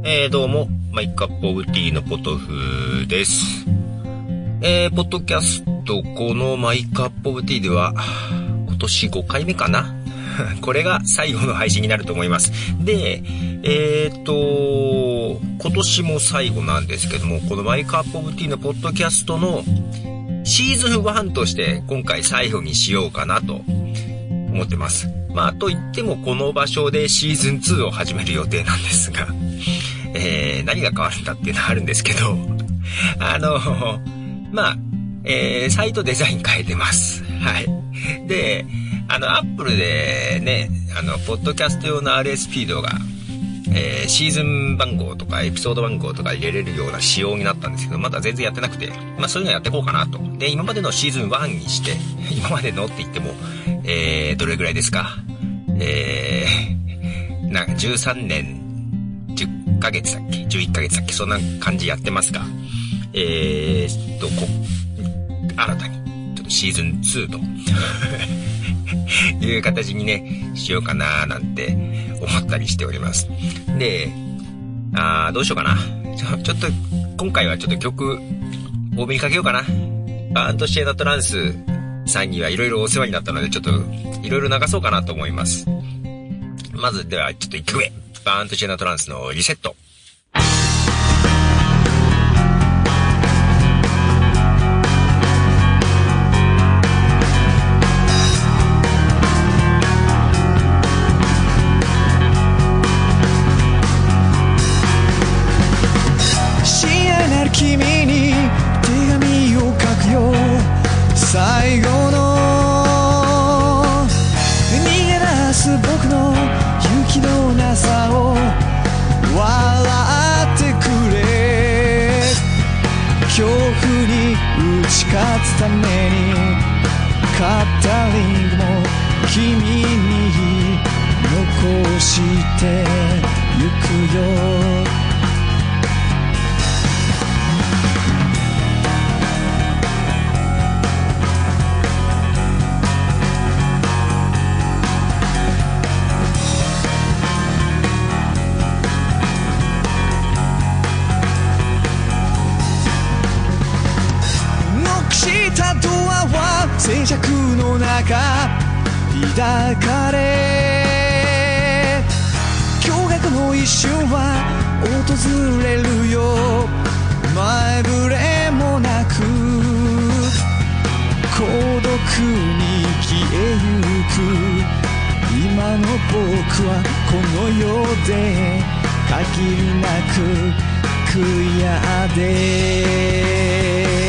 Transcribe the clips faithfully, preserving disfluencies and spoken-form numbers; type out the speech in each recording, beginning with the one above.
えー、どうも、マイカップオブティーのポトフです。えー、ポッドキャスト、このマイカップオブティーでは、今年ごかいめかなこれが最後の配信になると思います。で、えーと、今年も最後なんですけども、このマイカップオブティーのポッドキャストのシーズンワンとして今回最後にしようかなと思ってます。まあ、と言ってもこの場所でシーズンツーを始める予定なんですが、えー、何が変わるんだっていうのはあるんですけど、あの、まあ、えー、サイトデザイン変えてます。はい。で、あの、アップルでね、あの、ポッドキャスト用の アールエス フィードが、えー、シーズン番号とかエピソード番号とか入れれるような仕様になったんですけど、まだ全然やってなくて、まあそういうのやっていこうかなと。で、今までのシーズンワンにして、今までのって言っても、えー、どれぐらいですか？えー、な、じゅうさんねん、じゅっかげつだっけ ?じゅういっかげつだっけそんな感じやってますが、えーっと、こ、新たに、ちょっとシーズンツーと、いう形にね、しようかなーなんて思ったりしております。で、あー、どうしようかな。ちょ、ちょっと、今回はちょっと曲、多めにかけようかな。バーントシエナトランスさんにはいろいろお世話になったので、ちょっと、いろいろ流そうかなと思います。まず、では、ちょっといっきょくめ。バーントシエナトランスのリセット。 君に手紙を書くよ最後の逃げ出す僕の勇気のなさを笑ってくれ恐怖に打ち勝つためにカッタリングも君に残してゆくよ静寂の中抱かれ驚愕の一瞬は訪れるよ前触れもなく孤独に消えゆく今の僕はこの世で限りなく悔やで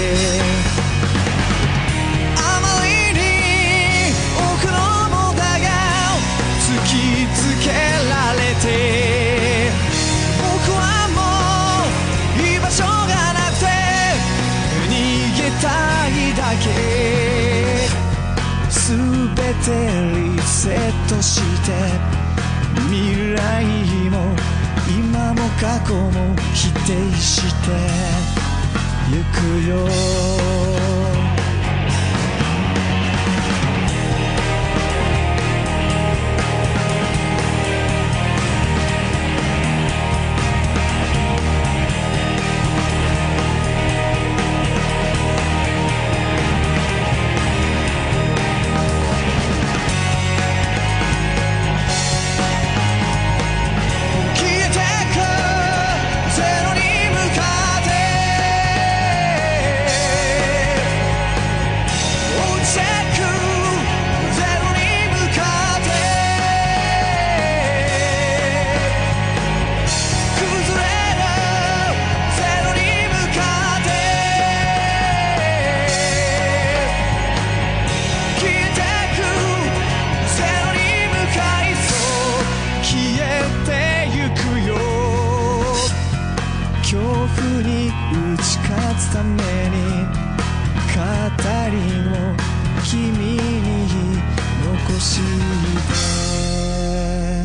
僕はもう居場所がなくて逃げたいだけ全てリセットして未来も今も過去も否定してゆくよために語りを君に残して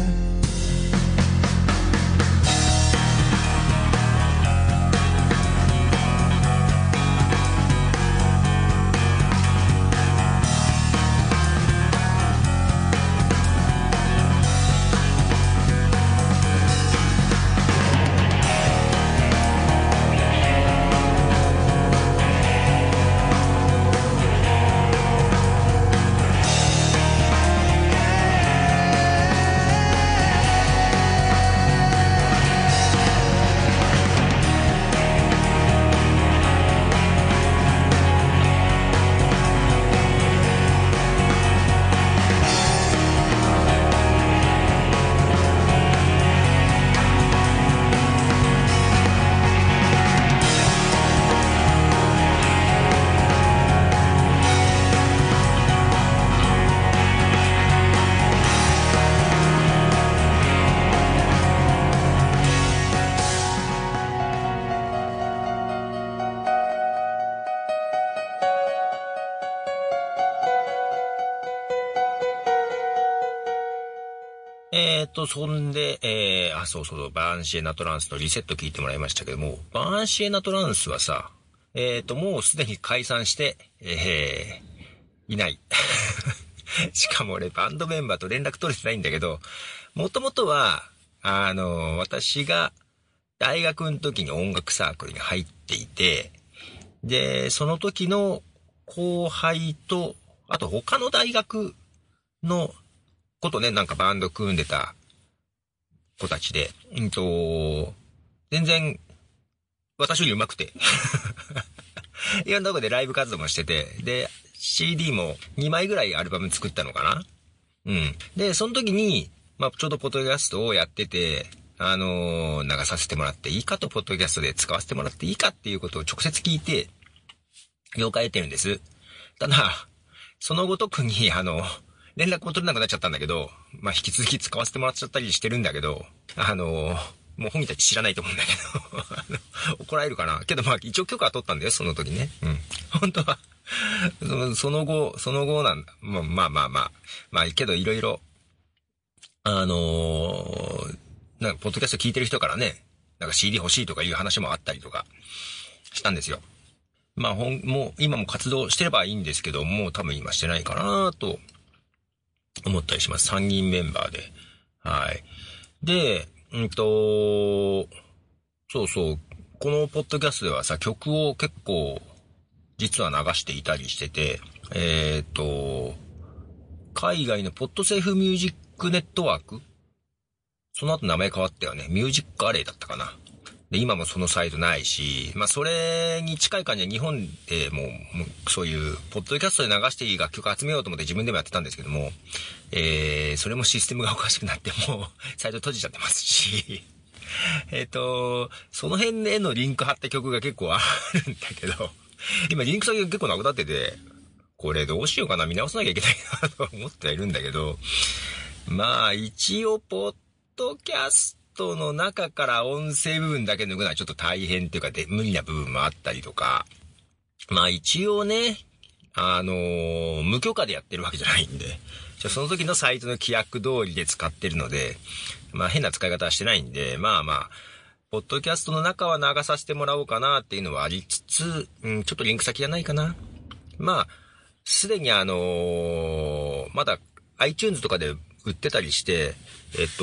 えっと、そんで、えー、あ、そうそう、バーンシエナトランスのリセット聞いてもらいましたけども、バーンシエナトランスはさ、えっと、もうすでに解散して、えー、いない。しかも俺、バンドメンバーと連絡取れてないんだけど、もともとは、あの、私が大学の時に音楽サークルに入っていて、で、その時の後輩と、あと他の大学のことね、なんかバンド組んでた子たちで、うんと、全然、私より上手くて。いろんなとこでライブ活動もしてて、で、シーディー もにまいぐらいアルバム作ったのかな。うん。で、その時に、まあ、ちょうどポッドキャストをやってて、あのー、流させてもらっていいかと、ポッドキャストで使わせてもらっていいかっていうことを直接聞いて、了解得てるんです。ただ、そのごとくに、あの、連絡も取れなくなっちゃったんだけど、まあ、引き続き使わせてもらっちゃったりしてるんだけど、あの、もう本人たち知らないと思うんだけど、怒られるかな。けどまあ、一応許可は取ったんだよ、その時ね。うん。本当は、その後、その後なんだ。まあまあまあまあ。まあ、けどいろいろ、あのー、なんか、ポッドキャスト聞いてる人からね、なんか シーディー 欲しいとかいう話もあったりとかしたんですよ。まあ、ほん、もう、今も活動してればいいんですけど、もう多分今してないかなと思ったりします。さんにんメンバーで。はい。で、うんと、そうそう、このポッドキャストではさ、曲を結構、実は流していたりしてて、えっと、海外のポッドセーフミュージックネットワーク？その後名前変わったよね。ミュージックアレイだったかな。で、今もそのサイトないし、まあ、それに近い感じで日本でもう、そういう、ポッドキャストで流していい楽曲集めようと思って自分でもやってたんですけども、えー、それもシステムがおかしくなってもう、サイト閉じちゃってますし、えっと、その辺へのリンク貼った曲が結構あるんだけど、今リンク先が結構なくなってて、これどうしようかな、見直さなきゃいけないなと思ってはいるんだけど、まあ、一応、ポッドキャストの中から音声部分だけ抜くのはちょっと大変っていうかで無理な部分もあったりとか、まあ一応ね、あのー、無許可でやってるわけじゃないんで、その時のサイトの規約通りで使ってるので、まあ変な使い方はしてないんで、まあまあ、ポッドキャストの中は流させてもらおうかなっていうのはありつつ、うん、ちょっとリンク先がないかな。まあ、すでにあのー、まだ iTunes とかで売ってたりして、えっと、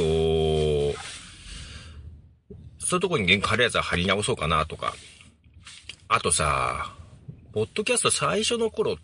そういうとこにリンク貼るやつは貼り直そうかなとか。あとさ、ポッドキャスト最初の頃って、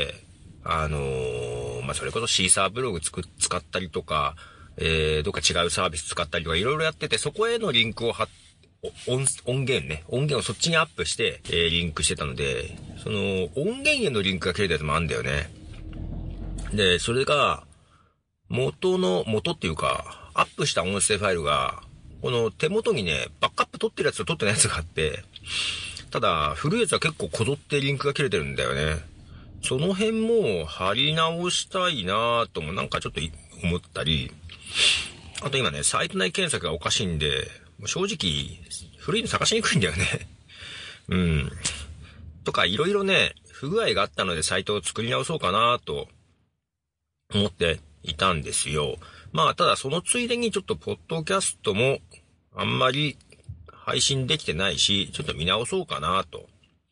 あのー、まあ、それこそシーサーブログつく使ったりとか、えー、どっか違うサービス使ったりとかいろいろやってて、そこへのリンクを貼っ音、音源ね。音源をそっちにアップして、えー、リンクしてたので、その、音源へのリンクが切れたやつもあるんだよね。で、それが、元の、元っていうか、アップした音声ファイルが、この手元にね、バックアップ取ってるやつと取ってないやつがあって、ただ、古いやつは結構こぞってリンクが切れてるんだよね。その辺も貼り直したいなぁともなんかちょっと思ったり、あと今ね、サイト内検索がおかしいんで、正直、古いの探しにくいんだよね。うん。とか、いろいろね、不具合があったのでサイトを作り直そうかなと思っていたんですよ。まあ、ただそのついでにちょっとポッドキャストもあんまり配信できてないし、ちょっと見直そうかなと。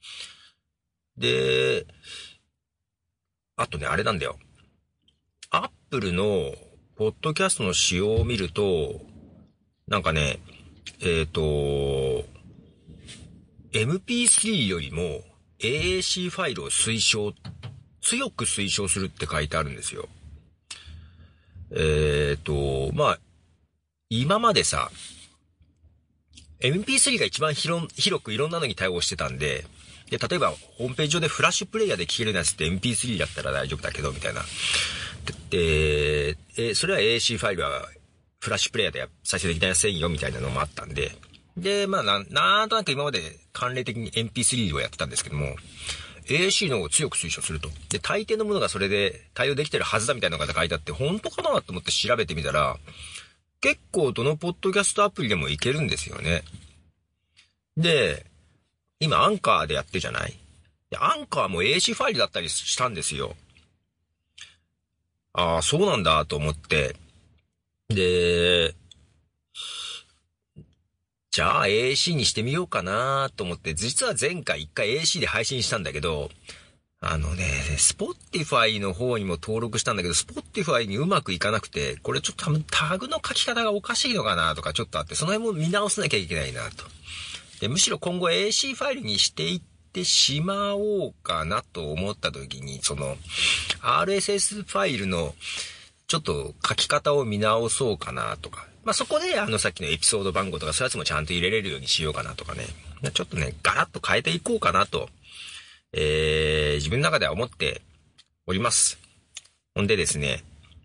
で、あとね、あれなんだよ。アップルのポッドキャストの仕様を見ると、なんかね、えっと、エムピースリー よりも エーエーシー ファイルを推奨、強く推奨するって書いてあるんですよ。えっと、まあ、今までさ、エムピースリー が一番広、広くいろんなのに対応してたんで、で、例えばホームページ上でフラッシュプレイヤーで聴けるやつって エムピースリー だったら大丈夫だけど、みたいな。で、え、それは エーエーシー ファイルはフラッシュプレイヤーで再生できないせんよみたいなのもあったんで、で、まあな、なんとなく今まで慣例的に エムピースリー をやってたんですけども、エーエーシー の方を強く推奨すると。で、大抵のものがそれで対応できてるはずだみたいなのが書いてあって、本当かなと思って調べてみたら、結構どのポッドキャストアプリでもいけるんですよね。で、今アンカーでやってるじゃない？で、アンカーも エーエーシー ファイルだったりしたんですよ。ああ、そうなんだと思って。 で、じゃあ エーシー にしてみようかなと思って、実は前回一回 エーシー で配信したんだけど、あのね、Spotify の方にも登録したんだけど、Spotify にうまくいかなくて、これちょっと多分タグの書き方がおかしいのかなとかちょっとあって、その辺も見直さなきゃいけないなと。で、むしろ今後 エーシー ファイルにしていってしまおうかなと思った時に、その アールエスエス ファイルのちょっと書き方を見直そうかなとか。まあ、そこであのさっきのエピソード番号とかそういうやつもちゃんと入れれるようにしようかなとかね。ちょっとね、ガラッと変えていこうかなと。えー、自分の中では思っております。ほんでですね、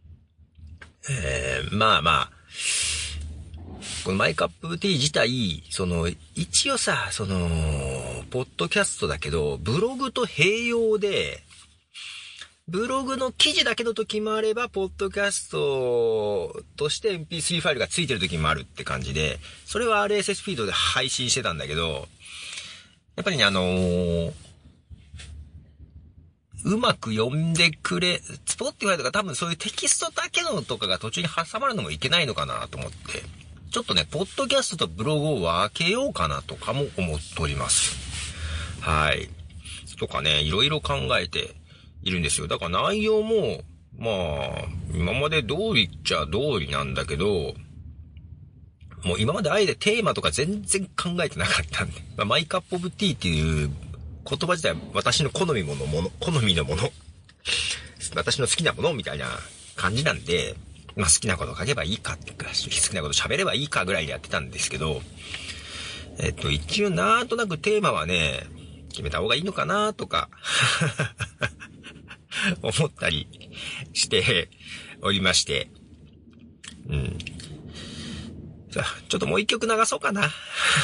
えー、まあまあ、このマイカップティー自体、その、一応さ、その、ポッドキャストだけど、ブログと併用で、ブログの記事だけの時もあれば、ポッドキャストとして エムピースリー ファイルがついてる時もあるって感じで、それは アールエスエス フィードで配信してたんだけど、やっぱりね、あのー、うまく読んでくれ、Spotify とか多分そういうテキストだけのとかが途中に挟まるのもいけないのかなと思って、ちょっとね、ポッドキャストとブログを分けようかなとかも思っております。はい。とかね、いろいろ考えているんですよ。だから内容も、まあ、今まで通りっちゃ通りなんだけど、もう今まであえてテーマとか全然考えてなかったんで、まあ、マイカップオブティーっていう言葉自体は私の好みのもの、好みのもの、私の好きなものみたいな感じなんで、まあ好きなこと書けばいいかって、好きなこと喋ればいいかぐらいでやってたんですけど、えっと、一応なんとなくテーマはね、決めた方がいいのかなとか、思ったりしておりまして、うん。さあ、ちょっともう一曲流そうかな。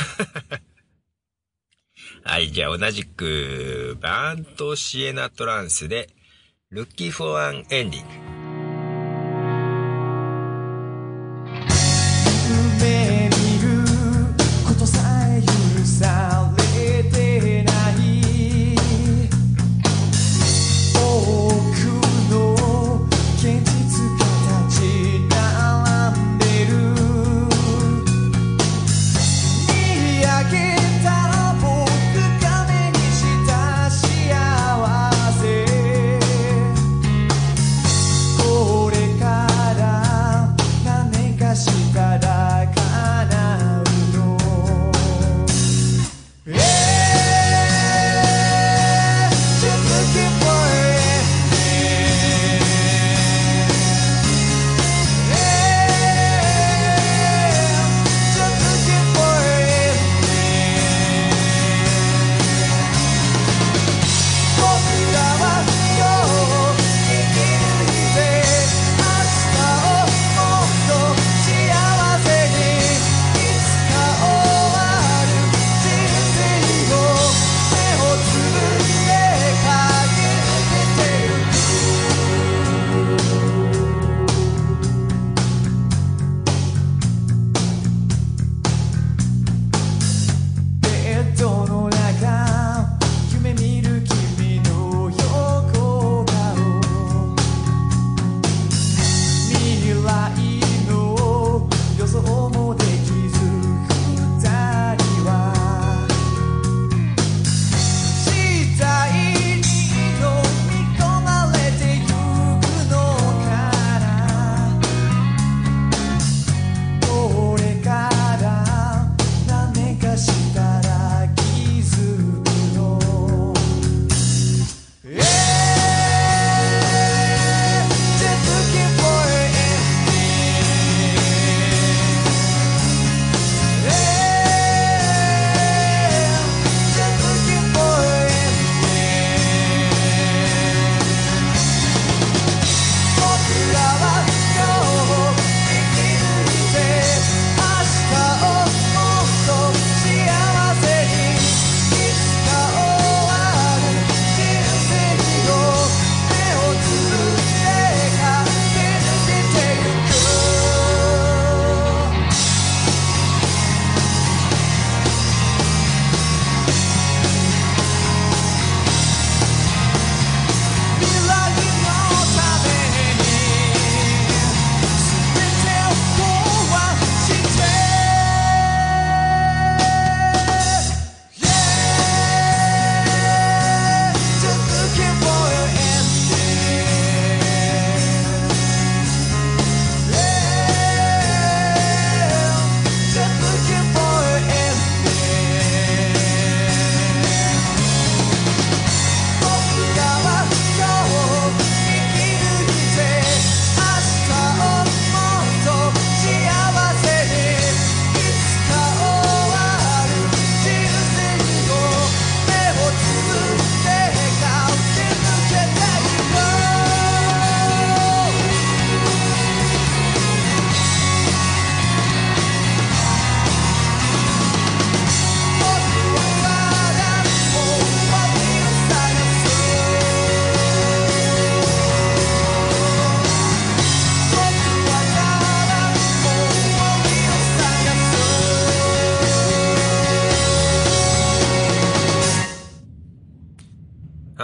はい、じゃあ同じく、バーントシエナトランスで、Looking for an Ending。 夢見ることさえ許されてない多くの現実が立ち並んでる見上げた僕が目にした幸せ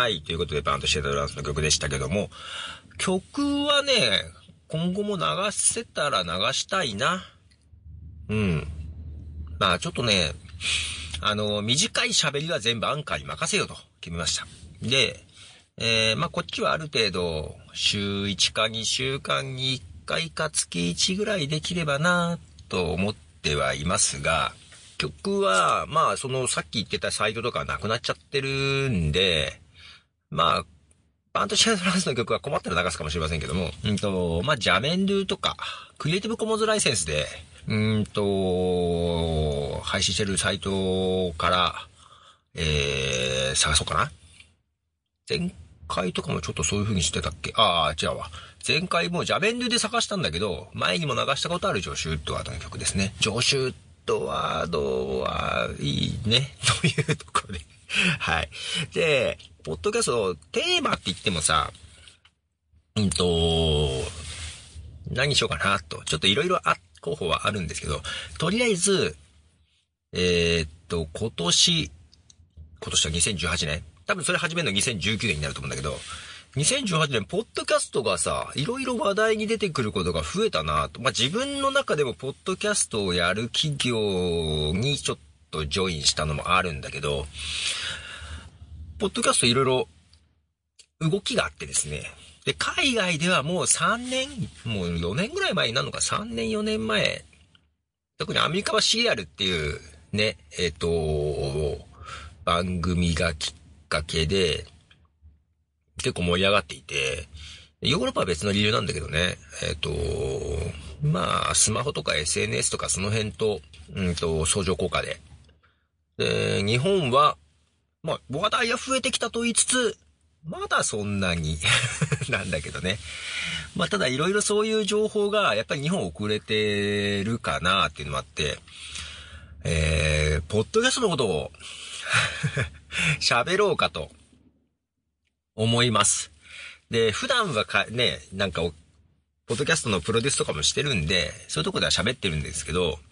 はい。ということで、バンドシェードダンスの曲でしたけども、曲はね、今後も流せたら流したいな。うん。まあ、ちょっとね、あの、短い喋りは全部アンカーに任せようと決めました。で、えー、まあ、こっちはある程度、週いちかにしゅうかんにいっかいか月いちぐらいできればなと思ってはいますが、曲は、まあ、その、さっき言ってたサイトとかなくなっちゃってるんで、まあ、バンドシェアドランスの曲は困ったら流すかもしれませんけども、うんと、まあ、ジャメンドゥとか、クリエイティブコモンズライセンスで、うんと、配信してるサイトから、えー、探そうかな。前回とかもちょっとそういう風にしてたっけ？ああ、違うわ。前回もジャメンドゥで探したんだけど、前にも流したことあるジョシュ・ウッドワードの曲ですね。ジョシュ・ウッドワードはいいね、というところで。はい。で、ポッドキャスト、テーマって言ってもさ、うんと、何しようかなと、ちょっといろいろ候補はあるんですけど、とりあえず、えー、っと、今年、今年はにせんじゅうはちねん、多分それ始めるのにせんじゅうきゅうねんになると思うんだけど、にせんじゅうはちねん、ポッドキャストがさ、いろいろ話題に出てくることが増えたなと。まあ、自分の中でもポッドキャストをやる企業にちょっとジョインしたのもあるんだけど、ポッドキャストいろいろ動きがあってですね。で、海外ではもうさんねん、もうよねんぐらい前になるのか、さんねんよねんまえ。特にアメリカはシリアルっていうね、えっと、番組がきっかけで、結構盛り上がっていて、ヨーロッパは別の理由なんだけどね、えっと、まあ、スマホとか エスエヌエス とかその辺と、うんと、相乗効果で。で、日本は、まあ、話題は増えてきたと言いつつ、まだそんなになんだけどね。まあ、ただいろいろそういう情報が、やっぱり日本遅れてるかなっていうのもあって、えー、ポッドキャストのことを喋ろうかと思います。で、普段はか、ね、なんか、ポッドキャストのプロデュースとかもしてるんで、そういうとこでは喋ってるんですけど、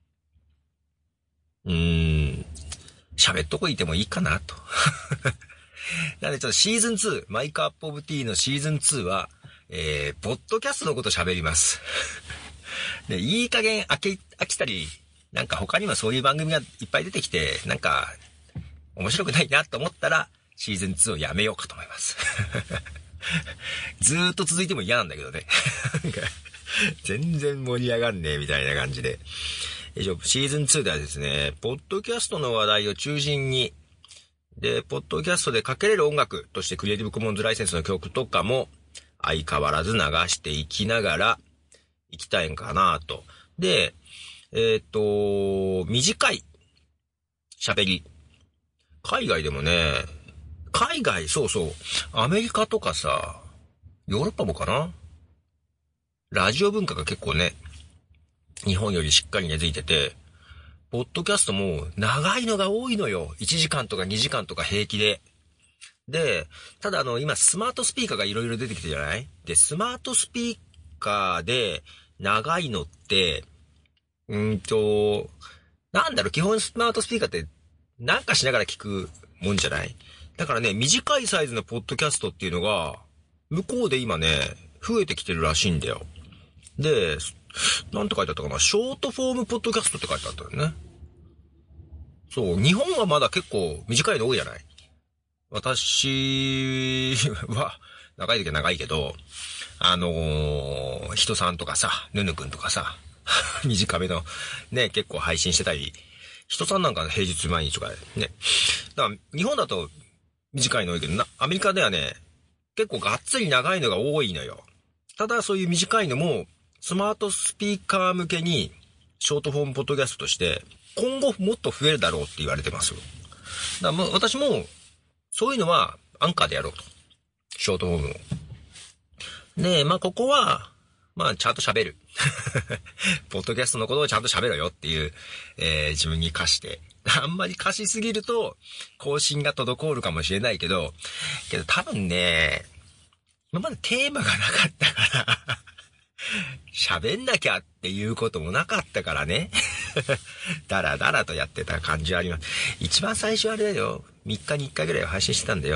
うーん、喋っとこいてもいいかなと。なのでちょっとシーズンツー、マイクアップオブティーのシーズンツーは、えー、ポッドキャストのこと喋ります。で、いい加減飽き、飽きたり、なんか他にもそういう番組がいっぱい出てきて、なんか、面白くないなと思ったら、シーズンツーをやめようかと思います。ずーっと続いても嫌なんだけどね。全然盛り上がんねえみたいな感じで。シーズンツーではですね、ポッドキャストの話題を中心に、で、ポッドキャストでかけれる音楽としてクリエイティブコモンズライセンスの曲とかも相変わらず流していきながら行きたいんかなと。で、えっと、短い喋り。海外でもね、海外、そうそう、アメリカとかさ、ヨーロッパもかな？ラジオ文化が結構ね、日本よりしっかり根付いてて、ポッドキャストも長いのが多いのよ。いちじかんとかにじかんとか平気で。で、ただあの、今スマートスピーカーがいろいろ出てきてるじゃない？で、スマートスピーカーで長いのって、うーんと、なんだろう、基本スマートスピーカーってなんかしながら聞くもんじゃない？だからね、短いサイズのポッドキャストっていうのが、向こうで今ね、増えてきてるらしいんだよ。で、なんて書いてあったかな？ショートフォームポッドキャストって書いてあったよね。そう、日本はまだ結構短いの多いじゃない？私は、長い時は長いけど、あのー、人さんとかさ、ぬぬくんとかさ、短めのね、結構配信してたり、人さんなんか平日毎日とかね。だから日本だと短いの多いけどな、アメリカではね、結構がっつり長いのが多いのよ。ただそういう短いのも、スマートスピーカー向けに、ショートフォームポッドキャストとして、今後もっと増えるだろうって言われてますよ。だからもう私も、そういうのはアンカーでやろうと。ショートフォームを。で、まあここは、まあちゃんと喋る。ポッドキャストのことをちゃんと喋ろよっていう、えー、自分に課して。あんまり課しすぎると、更新が滞るかもしれないけど、けど多分ね、今までテーマがなかったから、喋んなきゃっていうこともなかったからね。だらだらとやってた感じはあります。一番最初あれだよ。みっかにいっかいぐらいは配信してたんだよ。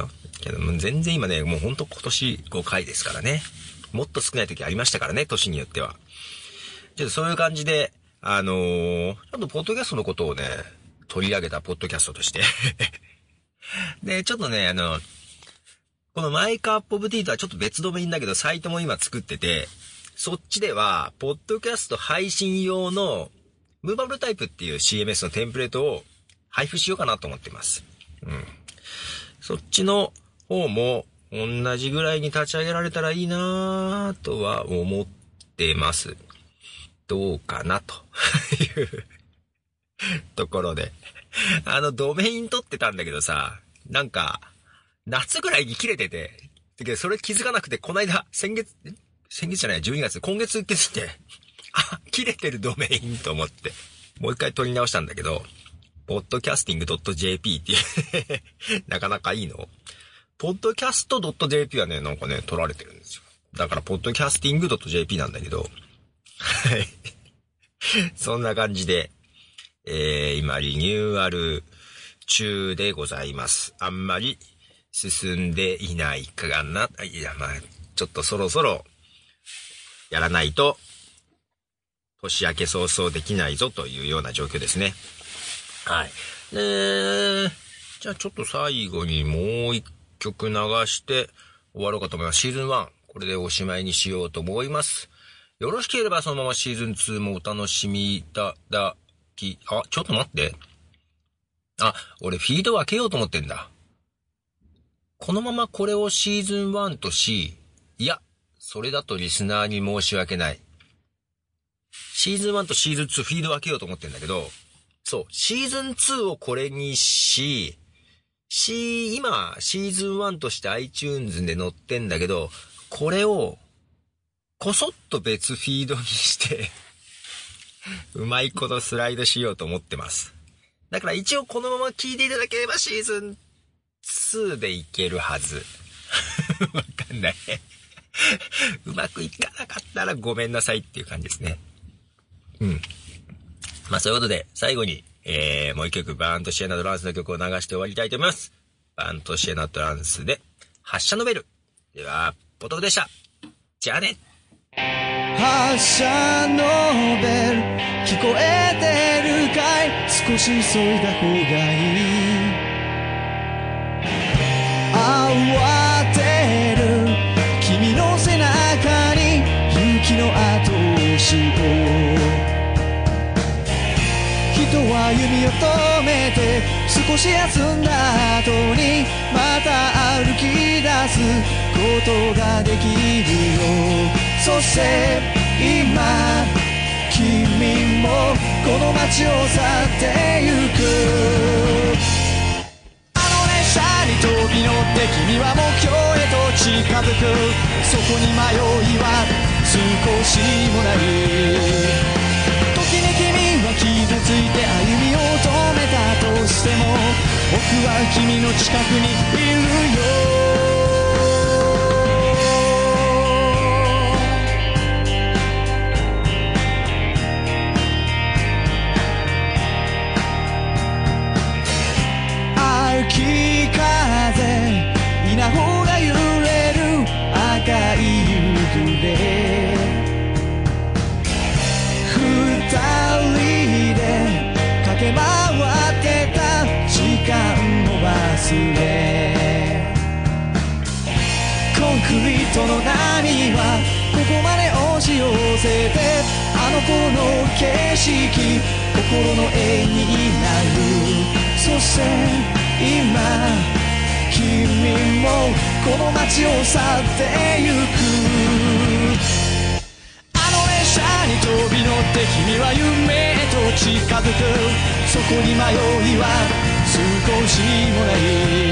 けども全然今ね、もうほんと今年ごかいですからね。もっと少ない時ありましたからね、年によっては。ちょっとそういう感じで、あのー、ちょっとポッドキャストのことをね、取り上げたポッドキャストとして。で、ちょっとね、あの、このマイカップオブティーとはちょっと別ドメインだけど、サイトも今作ってて、そっちでは、ポッドキャスト配信用の、ムーバブルタイプっていう シーエムエス のテンプレートを配布しようかなと思ってます。うん。そっちの方も、同じぐらいに立ち上げられたらいいなぁとは思ってます。どうかなというところで。あの、ドメイン取ってたんだけどさ、なんか、夏ぐらいに切れてて、だけどそれ気づかなくて、この間、先月、先月じゃない、じゅうにがつ、今月気づいて、あ、切れてるドメインと思って、もう一回取り直したんだけど、ポッドキャスティング .jp っていうなかなかいいの。ポッドキャスト .jp はね、なんかね、取られてるんですよ。だから、ポッドキャスティング .jp なんだけど、はい。そんな感じで、えー、今、リニューアル中でございます。あんまり進んでいないかな。いや、まあ、ちょっとそろそろ、やらないと、年明け早々できないぞというような状況ですね。はい。で、じゃあちょっと最後にもう一曲流して終わろうかと思います。シーズンワン。これでおしまいにしようと思います。よろしければそのままシーズンツーもお楽しみいただき、あ、ちょっと待って。あ、俺フィード分けようと思ってんだ。このままこれをシーズンワンとし、いや、それだとリスナーに申し訳ない。シーズンワンとシーズンツーフィード分けようと思ってんだけど、そう、シーズンツーをこれにし、し、今、シーズンワンとして iTunes で載ってんだけど、これを、こそっと別フィードにして、うまいことスライドしようと思ってます。だから一応このまま聞いていただければシーズンツーでいけるはず。わかんない。うまくいかなかったらごめんなさいっていう感じですね。うん。まあそういうことで、最後に、えー、もう一曲、バーンとシエナトランスの曲を流して終わりたいと思います。バーンとシエナトランスで、発射のベル。では、ポトフでした。じゃあね。 発射のベル、聞こえてるかい？少し急いだ方がいい。慌てる君の背中に雪の後押しを。人は弓を止めて少し休んだ後にまた歩き出すことができるよ。そして今君もこの街を去ってゆく。あの列車に飛び乗って君は目標へと近づく。そこに迷いは少しもない。時に君は傷ついて歩みを止めたとしても僕は君の近くにいるよ。秋風稲穂が揺れる赤い夕暮れ。二人で駆け回ってた時間を忘れ。コンクリートの波はここまで押し寄せてあの頃の景色心の絵になる。そして今君もこの街を去ってゆく。あの列車に飛び乗って君は夢へと近づく。そこに迷いは少しもない。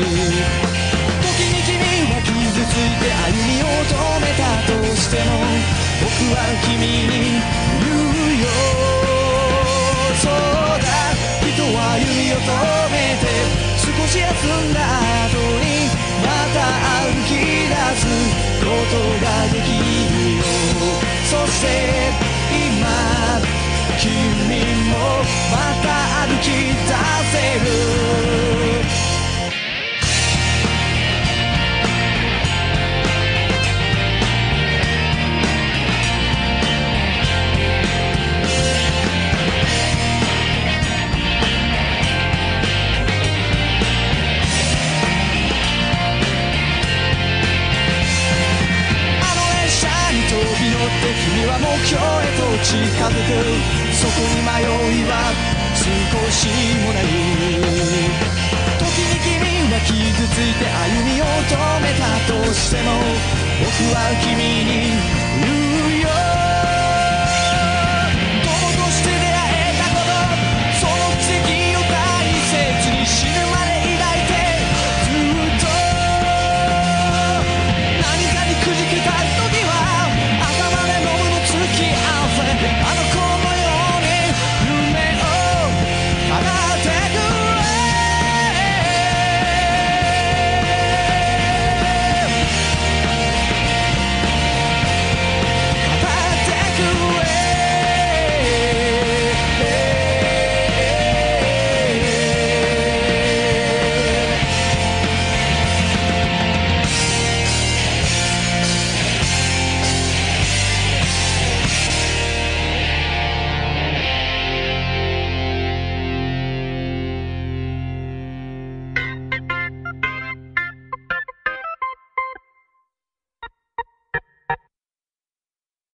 時に君は傷ついて歩みを止めたとしても僕は君に言うよ。そうだ、人は弓を止めて少し休んだ後にまた歩き出すことができるよ。そして今君もまた歩き出せる。 は目標へと近づく。そこに迷いは少しもない。時に君は傷ついて歩みを止めたとしても、僕は君に言うよ。